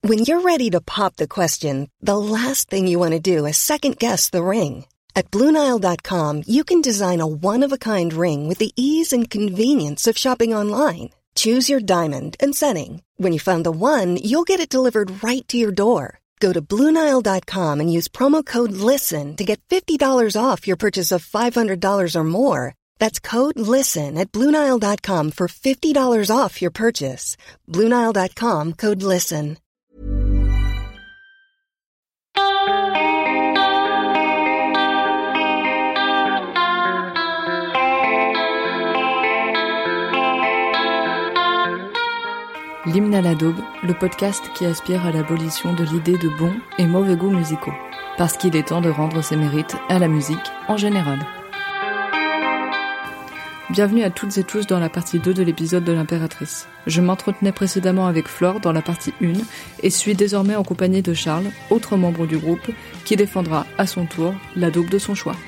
When you're ready to pop the question, the last thing you want to do is second-guess the ring. At BlueNile.com, you can design a one-of-a-kind ring with the ease and convenience of shopping online. Choose your diamond and setting. When you find the one, you'll get it delivered right to your door. Go to BlueNile.com and use promo code LISTEN to get $50 off your purchase of $500 or more. That's code LISTEN at BlueNile.com for $50 off your purchase. BlueNile.com, code LISTEN. L'hymne à la daube, le podcast qui aspire à l'abolition de l'idée de bons et mauvais goûts musicaux. Parce qu'il est temps de rendre ses mérites à la musique en général. Bienvenue à toutes et tous dans la partie 2 de l'épisode de l'Impératrice. Je m'entretenais précédemment avec Flore dans la partie 1 et suis désormais en compagnie de Charles, autre membre du groupe, qui défendra à son tour la daube de son choix.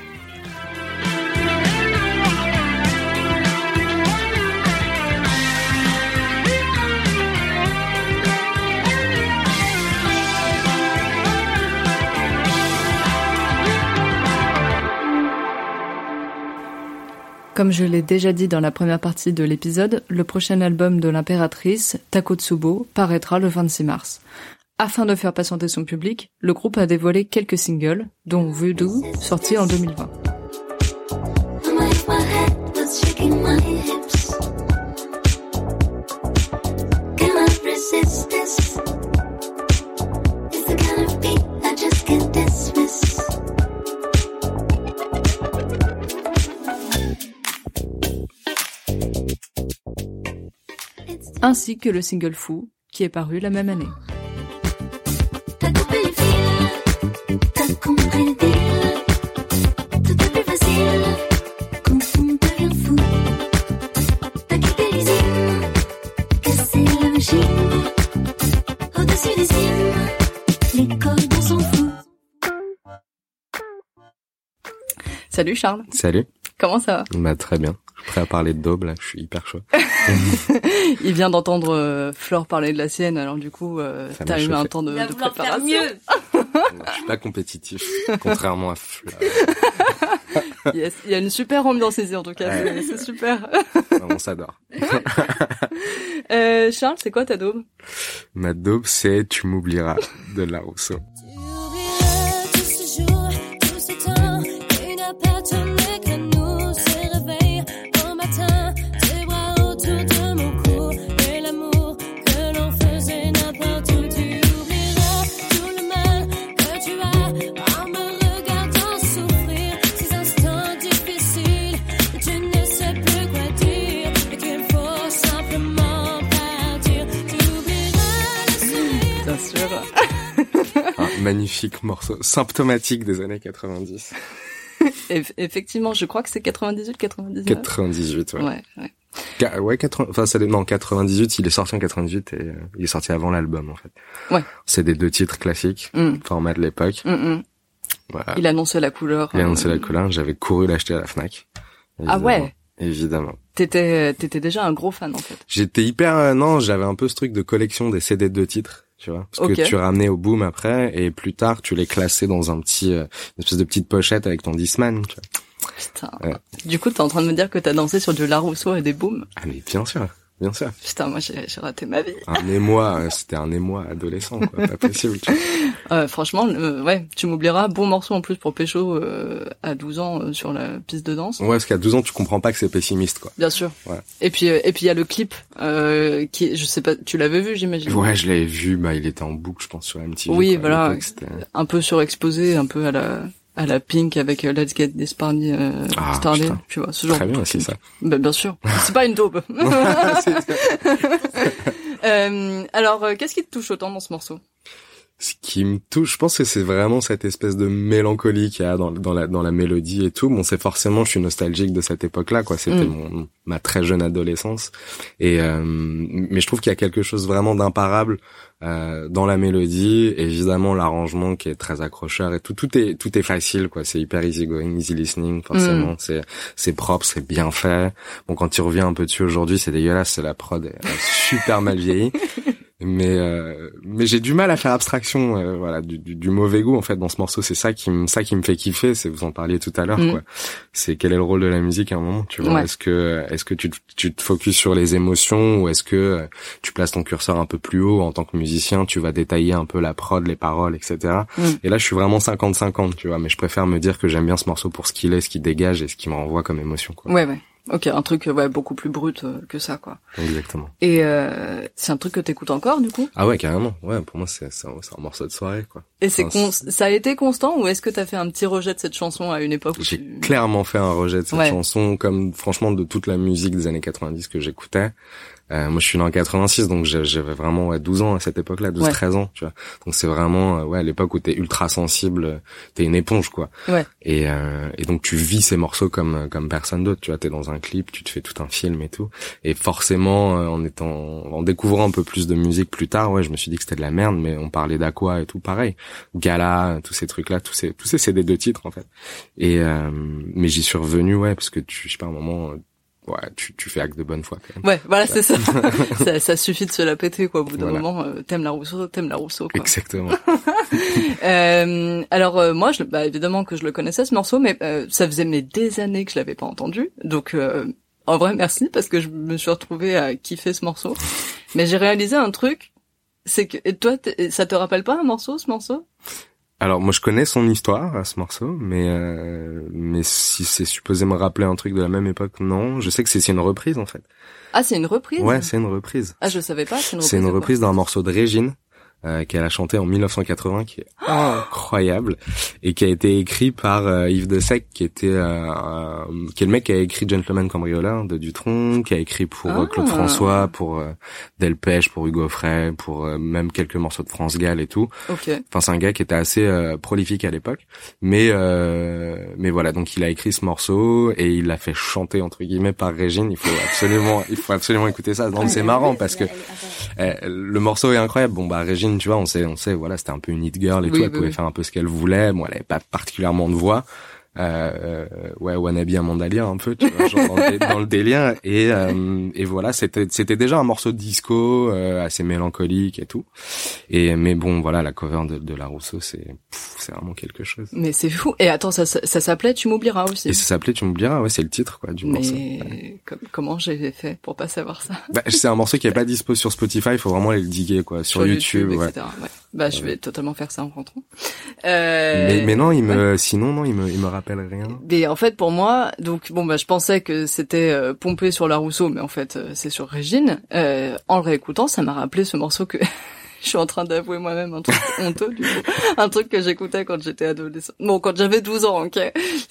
Comme je l'ai déjà dit dans la première partie de l'épisode, le prochain album de l'Impératrice, Takotsubo, paraîtra le 26 mars. Afin de faire patienter son public, le groupe a dévoilé quelques singles, dont Voodoo, sorti en 2020. Ainsi que le single Fou, qui est paru la même année. Salut Charles. Salut. Comment ça va? Bah très bien. Je suis prêt à parler de daube là, je suis hyper chaud. Il vient d'entendre Flore parler de la sienne, alors du coup t'as eu un temps de préparation. Mieux. Je suis pas compétitif, contrairement à Flore. Yes, il y a une super ambiance ici en tout cas, ouais. C'est super. On s'adore. Charles, c'est quoi ta daube? Ma daube c'est Tu m'oublieras de La Rousseau. Magnifique morceau, symptomatique des années 90. Effectivement, je crois que c'est 98, 99. 98, ouais. Ouais. 98, il est sorti en 98 et il est sorti avant l'album, en fait. Ouais. C'est des deux titres classiques, format de l'époque. Voilà. Il annonçait la couleur. J'avais couru l'acheter à la Fnac. Ah ouais? Évidemment. T'étais déjà un gros fan, en fait. J'étais j'avais un peu ce truc de collection des CD de deux titres. Tu vois, parce que tu ramenais au Boom après, et plus tard, tu les classais dans une espèce de petite pochette avec ton Discman, tu vois. Putain. Ouais. Du coup, t'es en train de me dire que t'as dansé sur du La Rousseau et des Boom? Ah, mais bien sûr. Putain, moi, j'ai raté ma vie. C'était un émoi adolescent, quoi. Pas possible, tu vois. Franchement, ouais, Tu m'oublieras, bon morceau en plus pour pécho, à 12 ans, sur la piste de danse. Ouais, parce qu'à 12 ans, tu comprends pas que c'est pessimiste, quoi. Bien sûr. Ouais. Et puis, il y a le clip, qui, je sais pas, tu l'avais vu, j'imagine. Ouais, je l'avais vu, il était en boucle, je pense, sur MTV. Oui, quoi. Voilà. Un peu surexposé, un peu à la Pink avec Let's Get This Party Started, tu vois, ce genre. Très bien, c'est ça. Ben, bien sûr. C'est pas une daube. Alors, qu'est-ce qui te touche autant dans ce morceau? Ce qui me touche, je pense que c'est vraiment cette espèce de mélancolie qu'il y a dans la mélodie et tout. Bon, c'est forcément, je suis nostalgique de cette époque-là, quoi. C'était ma très jeune adolescence. Et mais je trouve qu'il y a quelque chose vraiment d'imparable dans la mélodie. Évidemment, l'arrangement qui est très accrocheur et tout est facile, quoi. C'est hyper easy going, easy listening, forcément. C'est propre, c'est bien fait. Bon, quand tu reviens un peu dessus aujourd'hui, c'est dégueulasse. La prod est super mal vieillie. mais j'ai du mal à faire abstraction, voilà, du mauvais goût en fait dans ce morceau. C'est ça qui me fait kiffer. C'est, vous en parliez tout à l'heure, quoi. C'est quel est le rôle de la musique à un moment, tu vois. Ouais. Est-ce que tu te focuses sur les émotions, ou est-ce que tu places ton curseur un peu plus haut en tant que musicien, tu vas détailler un peu la prod, les paroles, etc. Et là, je suis vraiment 50-50, tu vois. Mais je préfère me dire que j'aime bien ce morceau pour ce qu'il est, ce qu'il dégage et ce qu'il me renvoie comme émotion, quoi. Ouais. Ok, un truc beaucoup plus brut que ça, quoi. Exactement. Et c'est un truc que t'écoutes encore, du coup? Ah ouais, carrément. Ouais, pour moi c'est un morceau de soirée, quoi. Et ça a été constant, ou est-ce que t'as fait un petit rejet de cette chanson à une époque où j'ai clairement fait un rejet de cette chanson, comme franchement de toute la musique des années 90 que j'écoutais. Moi je suis né en 86, donc j'avais vraiment 12 ans à cette époque-là, 12-13 ans, tu vois. Donc c'est vraiment l'époque où t'es ultra sensible, t'es une éponge, quoi. Ouais. Et donc tu vis ces morceaux comme personne d'autre, tu vois. T'es dans un clip, tu te fais tout un film et tout. Et forcément, en découvrant un peu plus de musique plus tard, je me suis dit que c'était de la merde, mais on parlait d'Aqua et tout, pareil. Gala, tous ces trucs-là, tous ces CD de titres en fait. Et mais j'y suis revenu, parce que je sais pas, à un moment. Tu fais acte de bonne foi, quand même. Ouais, voilà, c'est ça. ça suffit de se la péter, quoi. Au bout d'un moment, t'aimes la Rousseau, quoi. Exactement. Alors, moi, évidemment que je le connaissais, ce morceau, mais ça faisait des années que je l'avais pas entendu. Donc, en vrai, merci, parce que je me suis retrouvée à kiffer ce morceau. Mais j'ai réalisé un truc, c'est que, et toi, ça te rappelle pas un morceau, ce morceau? Alors moi je connais son histoire à ce morceau, mais si c'est supposé me rappeler un truc de la même époque, non. Je sais que c'est une reprise en fait. Ah, c'est une reprise? Ouais, c'est une reprise. Ah, je savais pas. C'est une reprise d'un morceau de Régine qu'elle a chanté en 1980, qui est incroyable et qui a été écrit par Yves de Sec, qui est le mec qui a écrit Gentleman Cambrioleur de Dutronc, qui a écrit pour Claude François, pour Delpech, pour Hugo Frey, pour même quelques morceaux de France Gall et tout. Okay. Enfin, c'est un gars qui était assez prolifique à l'époque, mais voilà, donc il a écrit ce morceau et il l'a fait chanter entre guillemets par Régine. Il faut absolument écouter ça. Donc c'est marrant parce que le morceau est incroyable. Bon Régine, tu vois, on sait, voilà, c'était un peu une hit girl et tout, elle pouvait faire un peu ce qu'elle voulait. Bon, elle avait pas particulièrement de voix. Wannabe Amanda Lear un peu, tu vois, genre dans le délire. Et voilà, c'était déjà un morceau de disco, assez mélancolique et tout. Mais bon, voilà, la cover de La Rousseau, c'est vraiment quelque chose. Mais c'est fou. Et attends, ça s'appelait Tu m'oublieras aussi. Et ça s'appelait Tu m'oublieras, c'est le titre, quoi, du morceau. Mais comment j'ai fait pour pas savoir ça? C'est un morceau qui est pas dispo sur Spotify, il faut vraiment aller le diguer, quoi, sur YouTube, etc. Ouais. Je vais totalement faire ça en rentrant. Mais non, il me rappelle rien. Mais en fait, pour moi, donc je pensais que c'était pompé sur La Rousseau, mais en fait, c'est sur Régine. En le réécoutant, ça m'a rappelé ce morceau que je suis en train d'avouer moi-même, un truc honteux, du coup. Un truc que j'écoutais quand j'étais adolescent. Bon, quand j'avais 12 ans, ok.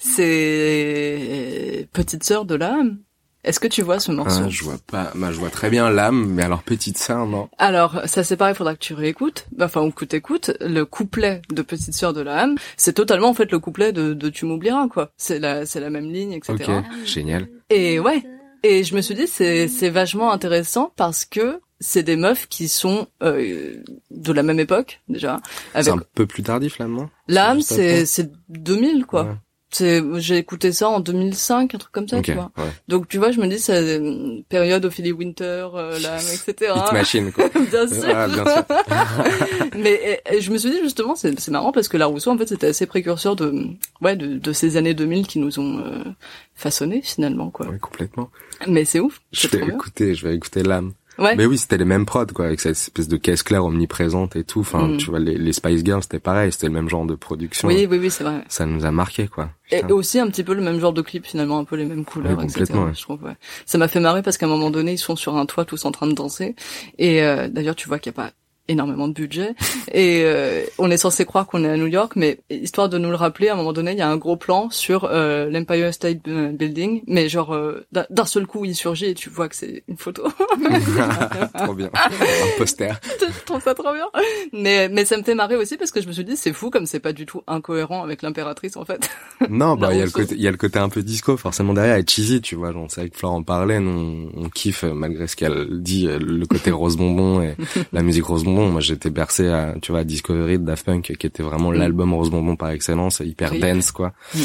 C'est Petite Sœur de l'âme. Est-ce que tu vois ce morceau? Je vois pas. Je vois très bien l'âme, mais alors Petite Sœur, non. Alors, ça c'est pareil, faudra que tu réécoutes. Ou que t'écoutes. Le couplet de Petite Sœur de l'âme, c'est totalement, en fait, le couplet de Tu m'oublieras, quoi. C'est la même ligne, etc. Ok, génial. Et et je me suis dit, c'est vachement intéressant parce que c'est des meufs qui sont de la même époque, déjà. C'est un peu plus tardif, l'âme, non? L'âme, c'est 2000, quoi. Ouais. J'ai écouté ça en 2005, un truc comme ça, tu vois. Ouais. Donc, tu vois, je me dis, c'est une période Ophélie Winter, l'âme, etc. Hit Machine, quoi. Bien sûr. Ah, bien sûr. Mais je me suis dit, justement, c'est marrant parce que La Rousseau, en fait, c'était assez précurseur de ces années 2000 qui nous ont façonnés, finalement, quoi. Oui, complètement. Mais c'est ouf. Je vais écouter l'âme. Ouais. Mais oui, c'était les mêmes prods, quoi, avec cette espèce de caisse claire omniprésente et tout. Enfin, tu vois, les Spice Girls, c'était pareil, c'était le même genre de production. Oui, c'est vrai. Ça nous a marqué, quoi. Putain. Et aussi un petit peu le même genre de clip, finalement, un peu les mêmes couleurs, complètement, etc. Je trouve, Ça m'a fait marrer parce qu'à un moment donné, ils sont sur un toit tous en train de danser. Et d'ailleurs, tu vois qu'il n'y a pas énormément de budget et on est censé croire qu'on est à New York, mais histoire de nous le rappeler, à un moment donné il y a un gros plan sur l'Empire State Building, mais genre d'un seul coup il surgit et tu vois que c'est une photo. Trop bien, un poster. Je trouve ça trop bien, mais ça me fait marrer aussi parce que je me suis dit c'est fou comme c'est pas du tout incohérent avec l'impératrice en fait. Non, il y a le côté un peu disco forcément derrière et cheesy, tu vois, genre c'est avec Florent parlait, nous on kiffe malgré ce qu'elle dit, le côté rose bonbon et la musique rose bonbon. Moi j'étais bercé à, tu vois, Discovery de Daft Punk qui était vraiment l'album rose bonbon par excellence, hyper dance, quoi.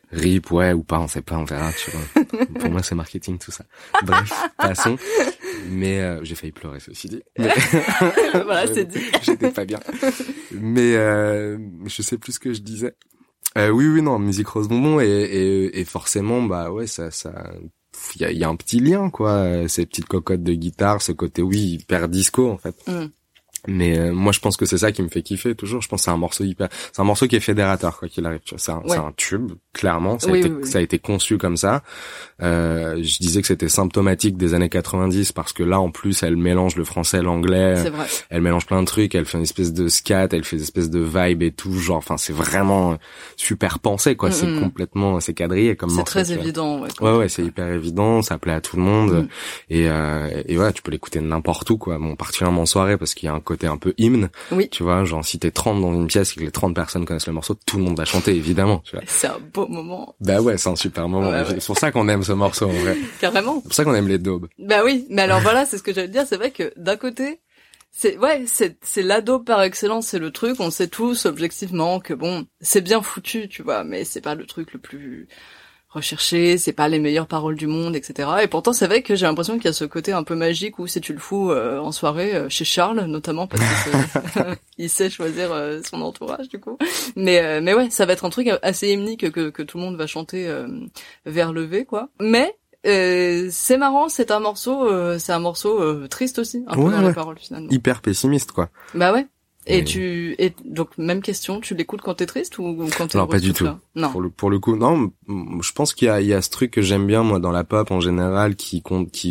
RIP, ouais, ou pas, on sait pas, on verra, tu vois. Pour moi, c'est marketing, tout ça. Bref, passons. Mais j'ai failli pleurer, ceci dit. Mais... voilà, c'est dit. J'étais pas bien. Mais je sais plus ce que je disais. Oui, non, musique Rose Bonbon et forcément, bah ouais, ça, il y a un petit lien, quoi. Ces petites cocottes de guitare, ce côté, oui, hyper disco, en fait. Mais moi je pense que c'est ça qui me fait kiffer toujours. Je pense que c'est un morceau qui est fédérateur quoi qu'il arrive. Tu vois, c'est un tube clairement. Ça a été conçu comme ça. Je disais que c'était symptomatique des années 90 parce que là en plus elle mélange le français, l'anglais. C'est vrai. Elle mélange plein de trucs. Elle fait une espèce de scat, elle fait une espèce de vibe et tout. Genre, enfin c'est vraiment super pensé quoi. C'est quadrillé comme morceau. C'est très évident. Ouais, c'est hyper évident. Ça plaît à tout le monde. Et ouais, tu peux l'écouter n'importe où quoi. Bon, particulièrement en soirée parce qu'il y a un côté un peu hymne, tu vois, genre si t'es 30 dans une pièce et que les 30 personnes connaissent le morceau, tout le monde va chanter évidemment, tu vois. C'est un beau moment. Bah ouais, c'est un super moment. Ouais. C'est pour ça qu'on aime ce morceau en vrai. Carrément. C'est pour ça qu'on aime les daubes. Bah oui, mais alors voilà, c'est ce que j'allais dire, c'est vrai que d'un côté, c'est la daube par excellence, c'est le truc, on sait tous objectivement que bon, c'est bien foutu, tu vois, mais c'est pas le truc le plus recherché, c'est pas les meilleures paroles du monde, etc. Et pourtant, c'est vrai que j'ai l'impression qu'il y a ce côté un peu magique où si tu le fous en soirée, chez Charles notamment, parce que il sait choisir son entourage du coup. Mais ouais, ça va être un truc assez hymnique que tout le monde va chanter vers le V, quoi. Mais c'est marrant, c'est un morceau triste aussi, un peu dans les paroles finalement. Hyper pessimiste, quoi. Bah ouais. Et donc même question, tu l'écoutes quand t'es triste ou quand t'es heureux? Non, pas du tout. Non. Pour le coup, non. Je pense qu'il y a ce truc que j'aime bien moi dans la pop en général, qui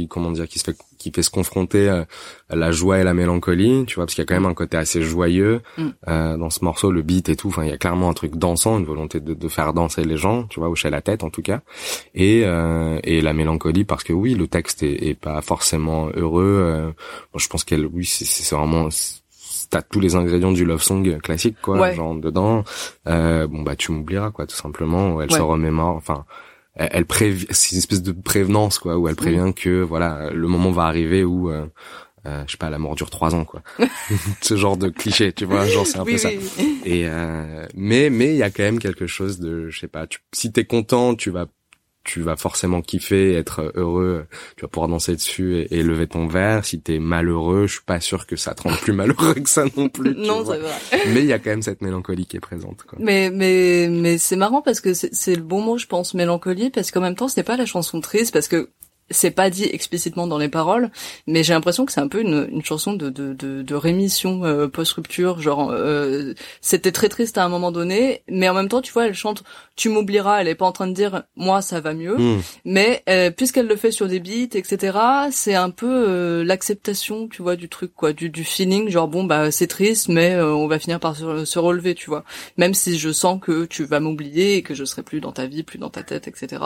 fait se confronter à la joie et la mélancolie, tu vois, parce qu'il y a quand même un côté assez joyeux dans ce morceau, le beat et tout. Enfin, il y a clairement un truc dansant, une volonté de faire danser les gens, tu vois, hocher la tête en tout cas. Et la mélancolie parce que oui, le texte est pas forcément heureux. Moi, je pense c'est vraiment t'as tous les ingrédients du love song classique quoi, genre dedans. Bon bah tu m'oublieras quoi, tout simplement. Où elle se remémore, enfin c'est une espèce de prévenance quoi, où elle prévient que voilà le moment va arriver où je sais pas, l'amour dure 3 ans quoi. Ce genre de cliché, tu vois, genre c'est un peu ça. Et mais il y a quand même quelque chose de, je sais pas, si t'es content, tu vas forcément kiffer, être heureux, tu vas pouvoir danser dessus et lever ton verre. Si t'es malheureux, je suis pas sûr que ça te rende plus malheureux que ça non plus. Non, c'est vrai. Mais il y a quand même cette mélancolie qui est présente, quoi. Mais c'est marrant parce que c'est le bon mot, je pense, mélancolie, parce qu'en même temps, c'est pas la chanson triste, parce que c'est pas dit explicitement dans les paroles, mais j'ai l'impression que c'est un peu une chanson de rémission post-rupture, genre c'était très triste à un moment donné, mais en même temps tu vois elle chante tu m'oublieras, elle est pas en train de dire moi ça va mieux, mais puisqu'elle le fait sur des beats etc, c'est un peu l'acceptation tu vois du truc quoi, du feeling, genre bon bah c'est triste mais on va finir par se relever tu vois, même si je sens que tu vas m'oublier et que je serai plus dans ta vie, plus dans ta tête etc.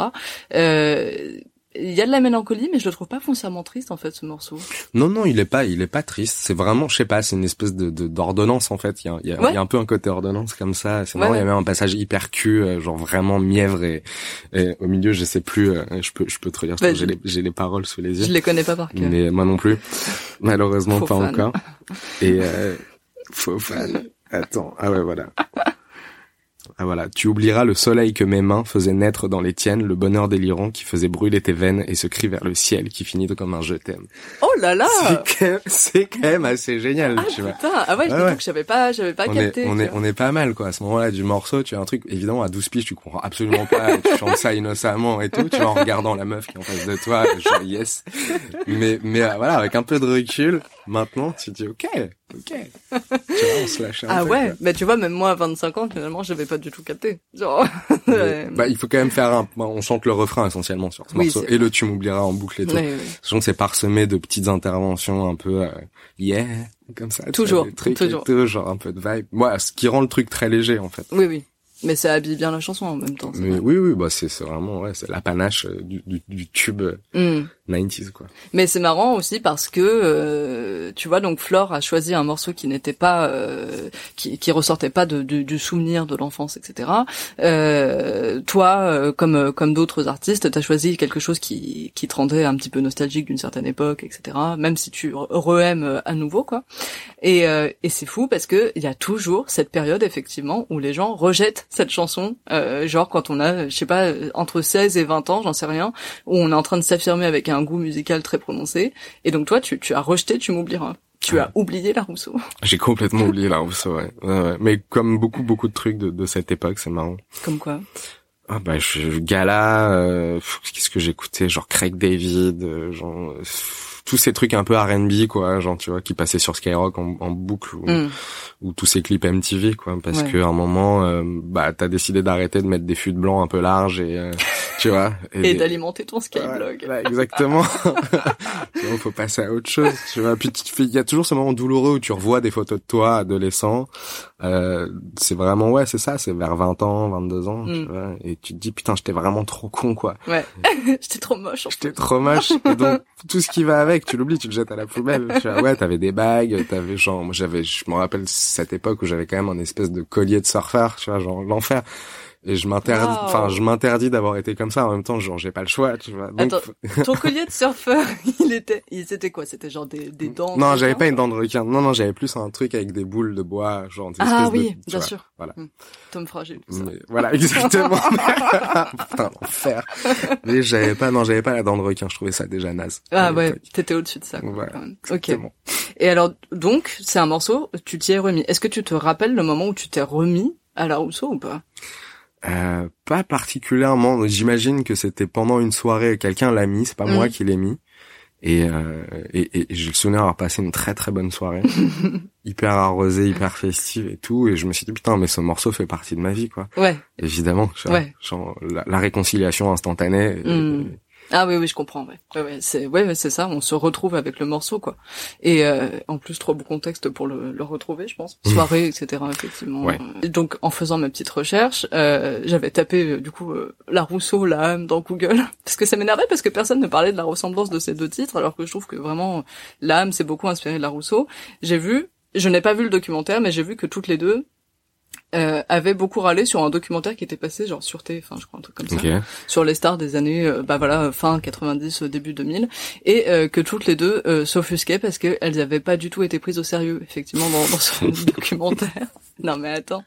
Il y a de la mélancolie, mais je le trouve pas foncièrement triste, en fait, ce morceau. Non, il est pas triste. C'est vraiment, je sais pas, c'est une espèce d'ordonnance, en fait. Il y a un peu un côté ordonnance comme ça. C'est marrant, il y a même un passage hyper cul, genre vraiment mièvre et au milieu, je sais plus, je peux te relire, parce que j'ai les paroles sous les yeux. Je les connais pas par cœur. Mais moi non plus. Malheureusement, Faux pas fan. encore. Et, faux fan. Attends. Ah ouais, voilà. Ah voilà, tu oublieras le soleil que mes mains faisaient naître dans les tiennes, le bonheur délirant qui faisait brûler tes veines et ce cri vers le ciel qui finit comme un je t'aime. Oh là là! C'est quand même assez génial, tu vois. Putain, ah ouais, je que j'avais pas capté. On est pas mal, quoi. À ce moment-là du morceau, tu as un truc, évidemment, à 12 piges, tu comprends absolument pas, tu chantes ça innocemment et tout, tu vois, en regardant la meuf qui est en face de toi, genre yes. Mais voilà, avec un peu de recul, maintenant, tu te dis ok. Tu vois, on se lâche un peu. Ouais, quoi. mais tu vois, même moi, à 25 ans, finalement, j'avais pas du tout capté. Genre. Bah, il faut quand même faire on chante le refrain essentiellement sur ce morceau. Et le tu m'oublieras en boucle et tout. Sachant que c'est parsemé de petites interventions un peu, yeah, comme ça. Toujours, toujours un peu de vibe. Moi, ce qui rend le truc très léger, en fait. Oui. Mais ça habille bien la chanson en même temps. Mais oui, bah c'est vraiment, c'est la panache du tube 90s, quoi. Mais c'est marrant aussi parce que tu vois, donc Flore a choisi un morceau qui n'était pas qui ressortait pas du souvenir de l'enfance, etc. Toi, comme d'autres artistes, t'as choisi quelque chose qui te rendait un petit peu nostalgique d'une certaine époque, etc. Même si tu re-aimes à nouveau, quoi. Et c'est fou parce que il y a toujours cette période effectivement où les gens rejettent cette chanson, genre quand on a, je sais pas, entre 16 et 20 ans, j'en sais rien, où on est en train de s'affirmer avec un goût musical très prononcé. Et donc toi, tu as rejeté Tu m'oublieras. Tu as oublié la Rousseau. J'ai complètement oublié la Rousseau, ouais. Ouais. Mais comme beaucoup de trucs de cette époque, c'est marrant. Comme quoi? Ah bah Gala, qu'est-ce que j'écoutais, genre Craig David, genre tous ces trucs un peu R&B, quoi, genre tu vois, qui passaient sur Skyrock en boucle, ou tous ces clips MTV, quoi, parce que à un moment bah t'as décidé d'arrêter de mettre des fûts de blanc un peu larges et tu vois, et d'alimenter ton Skyblog. Ouais, exactement. Il faut passer à autre chose, tu vois. Puis il y a toujours ce moment douloureux où tu revois des photos de toi adolescent. C'est vraiment, ouais, c'est ça, c'est vers 20 ans, 22 ans, tu vois, et tu te dis putain, j'étais vraiment trop con, quoi. Ouais. J'étais trop moche. J'étais trop moche. Et donc tout ce qui va avec, tu l'oublies, tu le jettes à la poubelle. Tu vois, ouais, t'avais des bagues, t'avais genre, moi je me rappelle cette époque où j'avais quand même un espèce de collier de surfeur, tu vois, genre l'enfer. Et je m'interdis d'avoir été comme ça. En même temps, genre, j'ai pas le choix, tu vois. Donc... Attends, ton collier de surfeur, c'était quoi? C'était genre des dents? Non, j'avais pas une dent de requin. Non, j'avais plus un truc avec des boules de bois, genre des oui, bien vois, sûr. Voilà. Tom Fragile, tout ça. Mais, voilà, exactement. Putain, l'enfer. Mais j'avais pas la dent de requin. Je trouvais ça déjà naze. Ah ouais, t'étais au-dessus de ça. Voilà. Ok. Et alors, donc, c'est un morceau, tu t'y es remis. Est-ce que tu te rappelles le moment où tu t'es remis à la Rousseau ou pas? Pas particulièrement. J'imagine que c'était pendant une soirée, quelqu'un l'a mis, c'est pas moi qui l'ai mis. Et j'ai le souvenir d'avoir passé une très très bonne soirée, hyper arrosée, hyper festive et tout. Et je me suis dit putain, mais ce morceau fait partie de ma vie, quoi. Ouais. Évidemment. Genre, la réconciliation instantanée. Ah oui, je comprends, ouais, c'est ça, on se retrouve avec le morceau, quoi. Et en plus, trop beau contexte pour le retrouver, je pense. Soirée, etc., effectivement. Ouais. Et donc, en faisant ma petite recherche, j'avais tapé, du coup, la Rousseau, la âme dans Google, parce que ça m'énervait, parce que personne ne parlait de la ressemblance de ces deux titres, alors que je trouve que vraiment, l'âme s'est beaucoup inspiré de la Rousseau. Je n'ai pas vu le documentaire, mais j'ai vu que toutes les deux avait beaucoup râlé sur un documentaire qui était passé genre sur TF1, je crois, un truc comme ça, sur les stars des années fin 90 début 2000, et que toutes les deux s'offusquaient parce que elles avaient pas du tout été prises au sérieux effectivement dans ce documentaire. Non mais attends.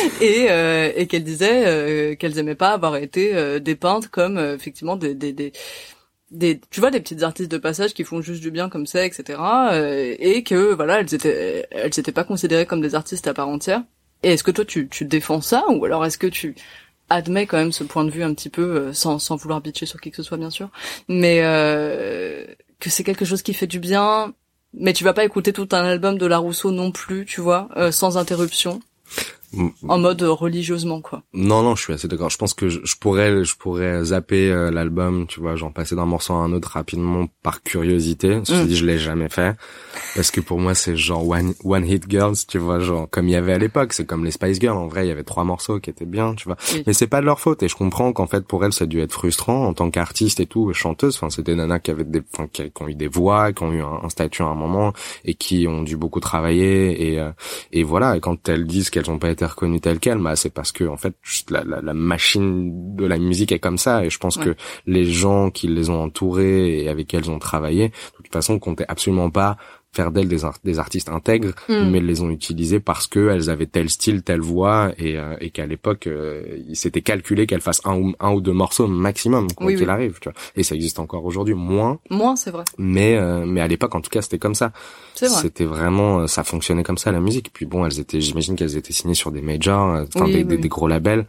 Et qu'elles disaient qu'elles aimaient pas avoir été dépeintes comme effectivement des tu vois, des petites artistes de passage qui font juste du bien comme ça, etc. Et que voilà, elles étaient pas considérées comme des artistes à part entière. Et est-ce que toi tu défends ça, ou alors est-ce que tu admets quand même ce point de vue un petit peu sans vouloir bitcher sur qui que ce soit bien sûr, mais que c'est quelque chose qui fait du bien, mais tu vas pas écouter tout un album de la Rousseau non plus, tu vois, sans interruption, en mode religieusement, quoi. Non, je suis assez d'accord. Je pense que je pourrais zapper l'album, tu vois, genre passer d'un morceau à un autre rapidement par curiosité. Je dis, je l'ai jamais fait. Parce que pour moi, c'est genre one hit girls, tu vois, genre comme il y avait à l'époque. C'est comme les Spice Girls. En vrai, il y avait 3 morceaux qui étaient bien, tu vois. Oui. Mais c'est pas de leur faute. Et je comprends qu'en fait, pour elles, ça a dû être frustrant en tant qu'artiste et tout, chanteuse. Enfin, c'était des nanas qui avaient qui ont eu des voix, qui ont eu un statut à un moment et qui ont dû beaucoup travailler. Et voilà. Et quand elles disent qu'elles ont pas été reconnues telles quelles, bah, c'est parce que, en fait, juste la machine de la musique est comme ça. Et je pense que les gens qui les ont entourées et avec qui elles ont travaillé, de toute façon, comptaient absolument pas faire d'elles des artistes intègres, mais elles les ont utilisées parce que elles avaient tel style, telle voix, et qu'à l'époque, il s'était calculé qu'elles fassent un ou 2 morceaux maximum, quoi qu'il arrive, tu vois. Et ça existe encore aujourd'hui, moins, c'est vrai. Mais à l'époque, en tout cas, c'était comme ça. C'est vrai. C'était vraiment, ça fonctionnait comme ça, la musique. Puis bon, j'imagine qu'elles étaient signées sur des majors, des gros labels,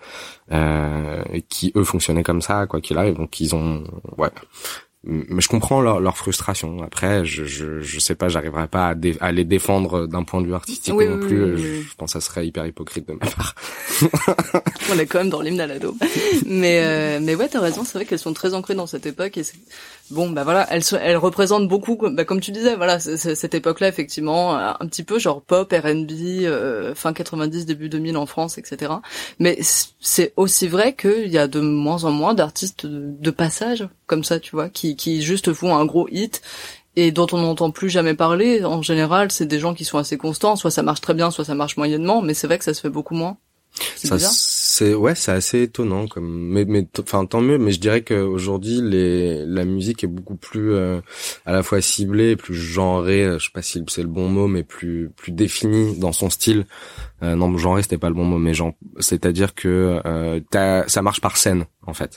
qui eux fonctionnaient comme ça, quoi qu'il arrive. Donc ils ont, mais je comprends leur frustration. Après, je sais pas, j'arriverai pas à les défendre d'un point de vue artistique non plus. Je pense que ça serait hyper hypocrite de ma part. On est quand même dans l'hymne à l'ado. Mais ouais, t'as raison, c'est vrai qu'elles sont très ancrées dans cette époque, et bon, bah voilà, elles représentent beaucoup, bah comme tu disais, voilà, cette époque-là, effectivement, un petit peu genre pop, R&B, fin 90, début 2000 en France, etc. Mais c'est aussi vrai qu'il y a de moins en moins d'artistes de passage, comme ça, tu vois, qui qui juste font un gros hit et dont on n'entend plus jamais parler. En général, c'est des gens qui sont assez constants, soit ça marche très bien, soit ça marche moyennement, mais c'est vrai que ça se fait beaucoup moins. C'est bizarre. C'est assez étonnant mais enfin tant mieux, mais je dirais qu'aujourd'hui la musique est beaucoup plus à la fois ciblée, plus genrée, je sais pas si c'est le bon mot, mais plus définie dans son style. Non, genrée c'était pas le bon mot, mais c'est-à-dire que ça marche par scène en fait.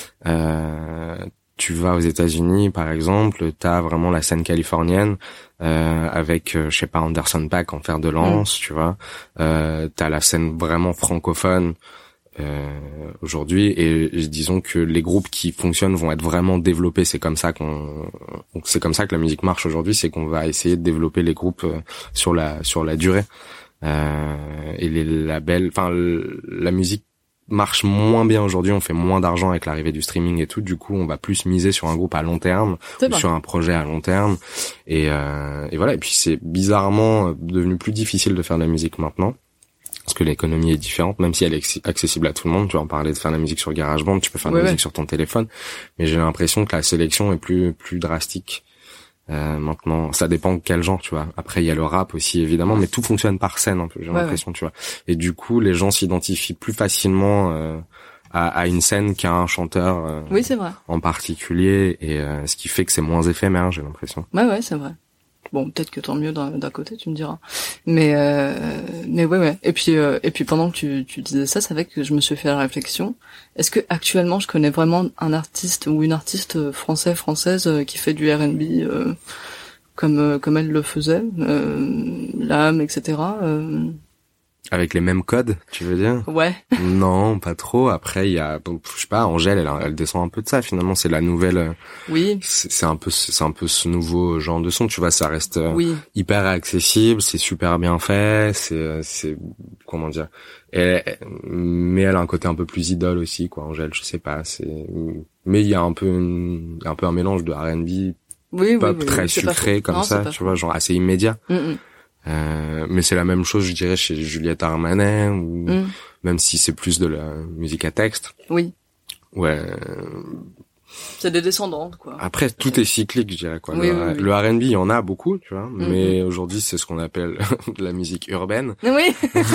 Tu vas aux États-Unis, par exemple, t'as vraiment la scène californienne avec, je sais pas, Anderson .Paak en fer de lance, tu vois. T'as la scène vraiment francophone aujourd'hui, et disons que les groupes qui fonctionnent vont être vraiment développés. C'est comme ça que la musique marche aujourd'hui, c'est qu'on va essayer de développer les groupes sur la durée. Et les labels, enfin la musique marche moins bien aujourd'hui, on fait moins d'argent avec l'arrivée du streaming et tout, du coup on va plus miser sur un groupe à long terme, sur un projet à long terme, et voilà. Et puis c'est bizarrement devenu plus difficile de faire de la musique maintenant, parce que l'économie est différente, même si elle est accessible à tout le monde. Tu vas en parler de faire de la musique sur GarageBand, tu peux faire de la musique sur ton téléphone, mais j'ai l'impression que la sélection est plus drastique. Maintenant, ça dépend de quel genre, tu vois. Après, il y a le rap aussi, évidemment, mais tout fonctionne par scène, un peu, j'ai l'impression, tu vois. Et du coup, les gens s'identifient plus facilement à une scène qu'à un chanteur oui, c'est vrai. En particulier, et ce qui fait que c'est moins éphémère, j'ai l'impression. Ouais, c'est vrai. Bon, peut-être que tant mieux d'un côté, tu me diras. Mais ouais. Et puis pendant que tu disais ça, c'est vrai que je me suis fait la réflexion. Est-ce que actuellement je connais vraiment un artiste ou une artiste française qui fait du R&B comme elle le faisait, l'âme, etc. Avec les mêmes codes, tu veux dire? Ouais. Non, pas trop. Après, il y a, je sais pas, Angèle, elle descend un peu de ça, finalement. C'est la nouvelle. Oui. C'est un peu ce nouveau genre de son, tu vois, ça reste hyper accessible, c'est super bien fait, c'est, comment dire. Mais elle a un côté un peu plus idole aussi, quoi, Angèle, je sais pas, mais il y a un peu un mélange de R&B, pop très sucré, comme ça, tu vois, genre assez immédiat. Mais c'est la même chose, je dirais, chez Juliette Armanet, ou même si c'est plus de la musique à texte. Oui. Ouais. C'est des descendantes, quoi. Après, tout est cyclique, je dirais, quoi. Oui, le R&B, il y en a beaucoup, tu vois, mais aujourd'hui, c'est ce qu'on appelle de la musique urbaine. Oui.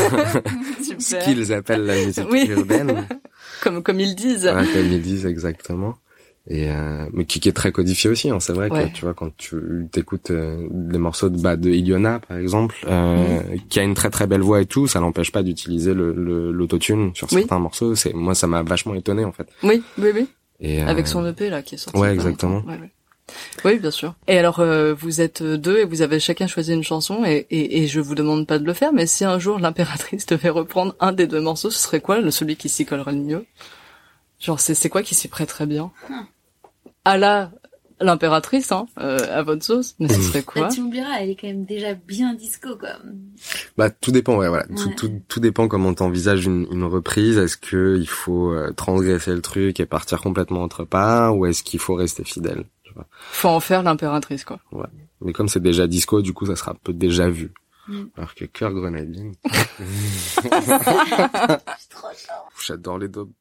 Ce qu'ils appellent la musique urbaine. Comme ils disent. Ouais, comme ils disent, exactement. Et mais qui est très codifié aussi, hein. C'est vrai que tu vois, quand tu t'écoutes des morceaux de Iliona par exemple, qui a une très très belle voix et tout, ça n'empêche pas d'utiliser l'autotune sur certains morceaux. Moi ça m'a vachement étonné en fait. Oui. Et avec son EP là qui est sorti. Ouais, exactement. Oui, bien sûr. Et alors vous êtes deux et vous avez chacun choisi une chanson, et je vous demande pas de le faire, mais si un jour l'impératrice devait reprendre un des deux morceaux, ce serait quoi celui qui s'y collerait le mieux? Genre c'est quoi qui s'y prêterait bien? À l'impératrice, à votre sauce, mais ce serait quoi? Tu m'oublieras, elle est quand même déjà bien disco, quoi. Bah, tout dépend, voilà. Tout dépend comment t'envisages une reprise. Est-ce que il faut transgresser le truc et partir complètement autre part, ou est-ce qu'il faut rester fidèle? Faut en faire l'impératrice, quoi. Ouais. Mais comme c'est déjà disco, du coup, ça sera un peu déjà vu. Alors que Cœur Grenadine. C'est trop chaud. J'adore les daubes.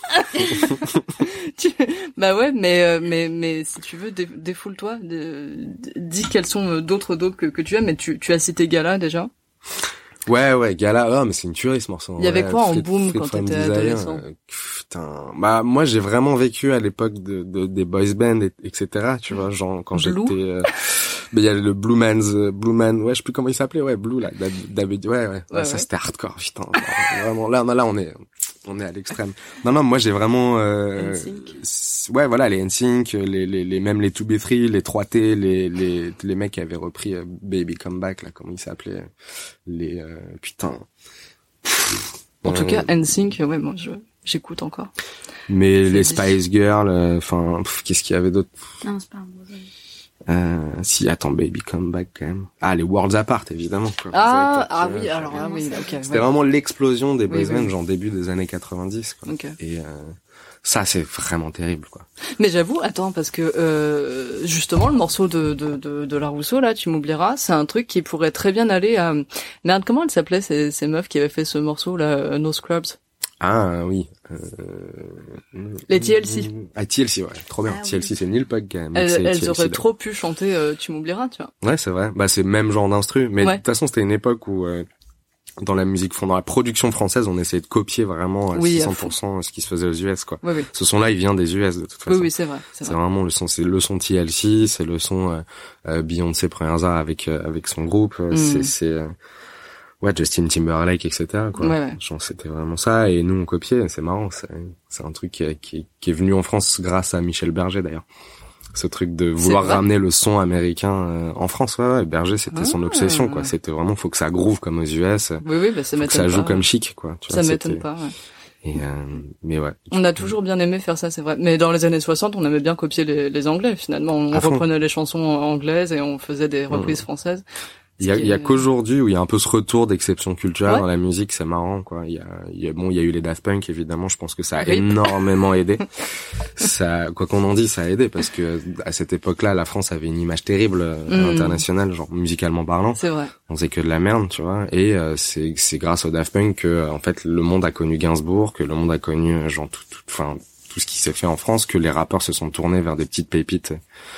Bah ouais, mais si tu veux, défoule-toi, dis quels sont d'autres daubes que tu aimes, mais tu as cité Gala déjà. Ouais, Gala, mais c'est une tuerie ce morceau. Il y avait quoi en boom quand t'étais adolescent? Putain, bah moi j'ai vraiment vécu à l'époque des boys bands, etc. Tu vois, genre quand j'étais... mais il y a le Blue Man, ouais, je sais plus comment il s'appelait, Blue là, David, ouais, ça c'était hardcore, putain. Vraiment, là on est à l'extrême. Non, moi j'ai vraiment ouais, voilà, les NSYNC, les même les 2B3, les 3T, les mecs qui avaient repris Baby Come Back là, comment ils s'appelaient, les putain. En tout cas, NSYNC, ouais, moi j'écoute encore. Mais les Spice Girls, enfin, qu'est-ce qu'il y avait d'autre? Non, c'est pas un beau si, attends, Baby Come Back quand même. Ah, les Worlds Apart, évidemment. Quoi. Oui, alors là, oui, ok. C'était vraiment l'explosion des boys bands, genre début des années 90, quoi. Okay. Et ça, c'est vraiment terrible, quoi. Mais j'avoue, attends, parce que justement, le morceau de La Rousseau, là, tu m'oublieras, c'est un truc qui pourrait très bien aller à... Merde, comment elle s'appelait, ces meufs qui avaient fait ce morceau, là, No Scrubs? Ah oui. Les TLC. Ah TLC, ouais, trop bien. Ah, TLC, oui. c'est Neil Pogg. Elles auraient trop pu chanter Tu m'oublieras, tu vois. Ouais, c'est vrai. Bah c'est le même genre d'instru, mais de toute façon c'était une époque où dans la musique, dans la production française, on essayait de copier vraiment à 600% ce qui se faisait aux US, quoi. Oui. Ce son-là, il vient des US de toute façon. Oui, c'est vrai. C'est vraiment le son, c'est le son TLC, c'est le son Beyoncé Première avec son groupe, c'est Justin Timberlake, etc. quoi. Ouais. Genre c'était vraiment ça, et nous on copiait. C'est marrant, c'est un truc qui est venu en France grâce à Michel Berger d'ailleurs. Ce truc de vouloir ramener le son américain en France, ouais, Berger, c'était son obsession, quoi. C'était vraiment, faut que ça groove comme aux US. Oui, bah, ça m'étonne pas. Faut que ça joue comme Chic, quoi. Tu ça vois, m'étonne pas, ouais. Et mais ouais. On a toujours bien aimé faire ça, c'est vrai. Mais dans les années 60, on aimait bien copier les Anglais, finalement. On reprenait les chansons anglaises et on faisait des reprises françaises. Il y a qu'aujourd'hui où il y a un peu ce retour d'exception culturelle dans la musique, c'est marrant, quoi. Il y a eu les Daft Punk, évidemment, je pense que ça a énormément aidé. Ça, quoi qu'on en dise, ça a aidé parce que à cette époque-là, la France avait une image terrible internationale, genre musicalement parlant. C'est vrai. On faisait que de la merde, tu vois. Et c'est grâce aux Daft Punk que en fait le monde a connu Gainsbourg, que le monde a connu genre tout ce qui s'est fait en France, que les rappeurs se sont tournés vers des petites pépites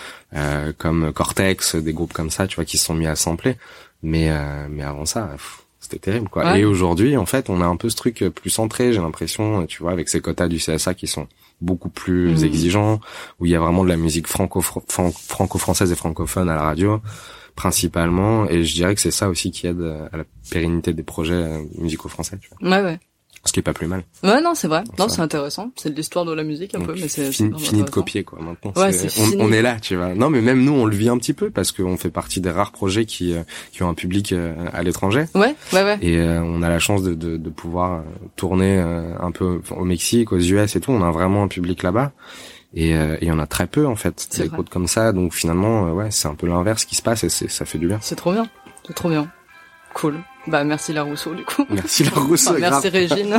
comme Cortex, des groupes comme ça, tu vois, qui se sont mis à sampler. Mais avant ça, c'était terrible, quoi. Ouais. Et aujourd'hui, en fait, on a un peu ce truc plus centré, j'ai l'impression, tu vois, avec ces quotas du CSA qui sont beaucoup plus exigeants, où il y a vraiment de la musique franco-française et francophone à la radio, principalement. Et je dirais que c'est ça aussi qui aide à la pérennité des projets musicaux français, tu vois. Ouais. Ce qui est pas plus mal. Ouais, non, c'est vrai. Non, c'est intéressant. C'est de l'histoire de la musique un peu, mais c'est fini de copier, quoi. Maintenant, ouais, c'est fini. On est là, tu vois. Non, mais même nous, on le vit un petit peu parce qu'on fait partie des rares projets qui ont un public à l'étranger. Ouais. Et on a la chance de pouvoir tourner un peu au Mexique, aux US et tout. On a vraiment un public là-bas. Et il y en a très peu, en fait, des côtes comme ça. Donc finalement, ouais, c'est un peu l'inverse qui se passe et ça fait du bien. C'est trop bien. C'est trop bien. Cool. Bah merci La Rousseau du coup. Merci La Rousseau. Enfin, merci Régine.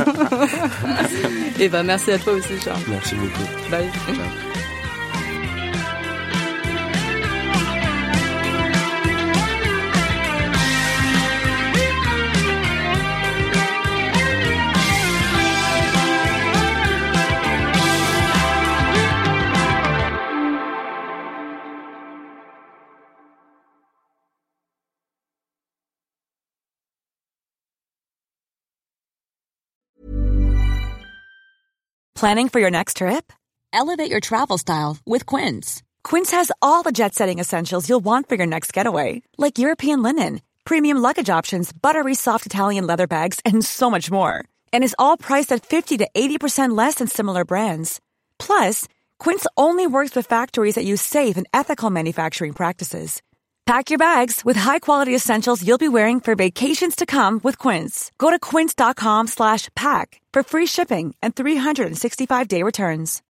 Et bah merci à toi aussi Charles. Merci beaucoup. Bye. Ciao. Planning for your next trip? Elevate your travel style with Quince. Quince has all the jet-setting essentials you'll want for your next getaway, like European linen, premium luggage options, buttery soft Italian leather bags, and so much more. And is all priced at 50 to 80% less than similar brands. Plus, Quince only works with factories that use safe and ethical manufacturing practices. Pack your bags with high-quality essentials you'll be wearing for vacations to come with Quince. Go to quince.com/pack for free shipping and 365-day returns.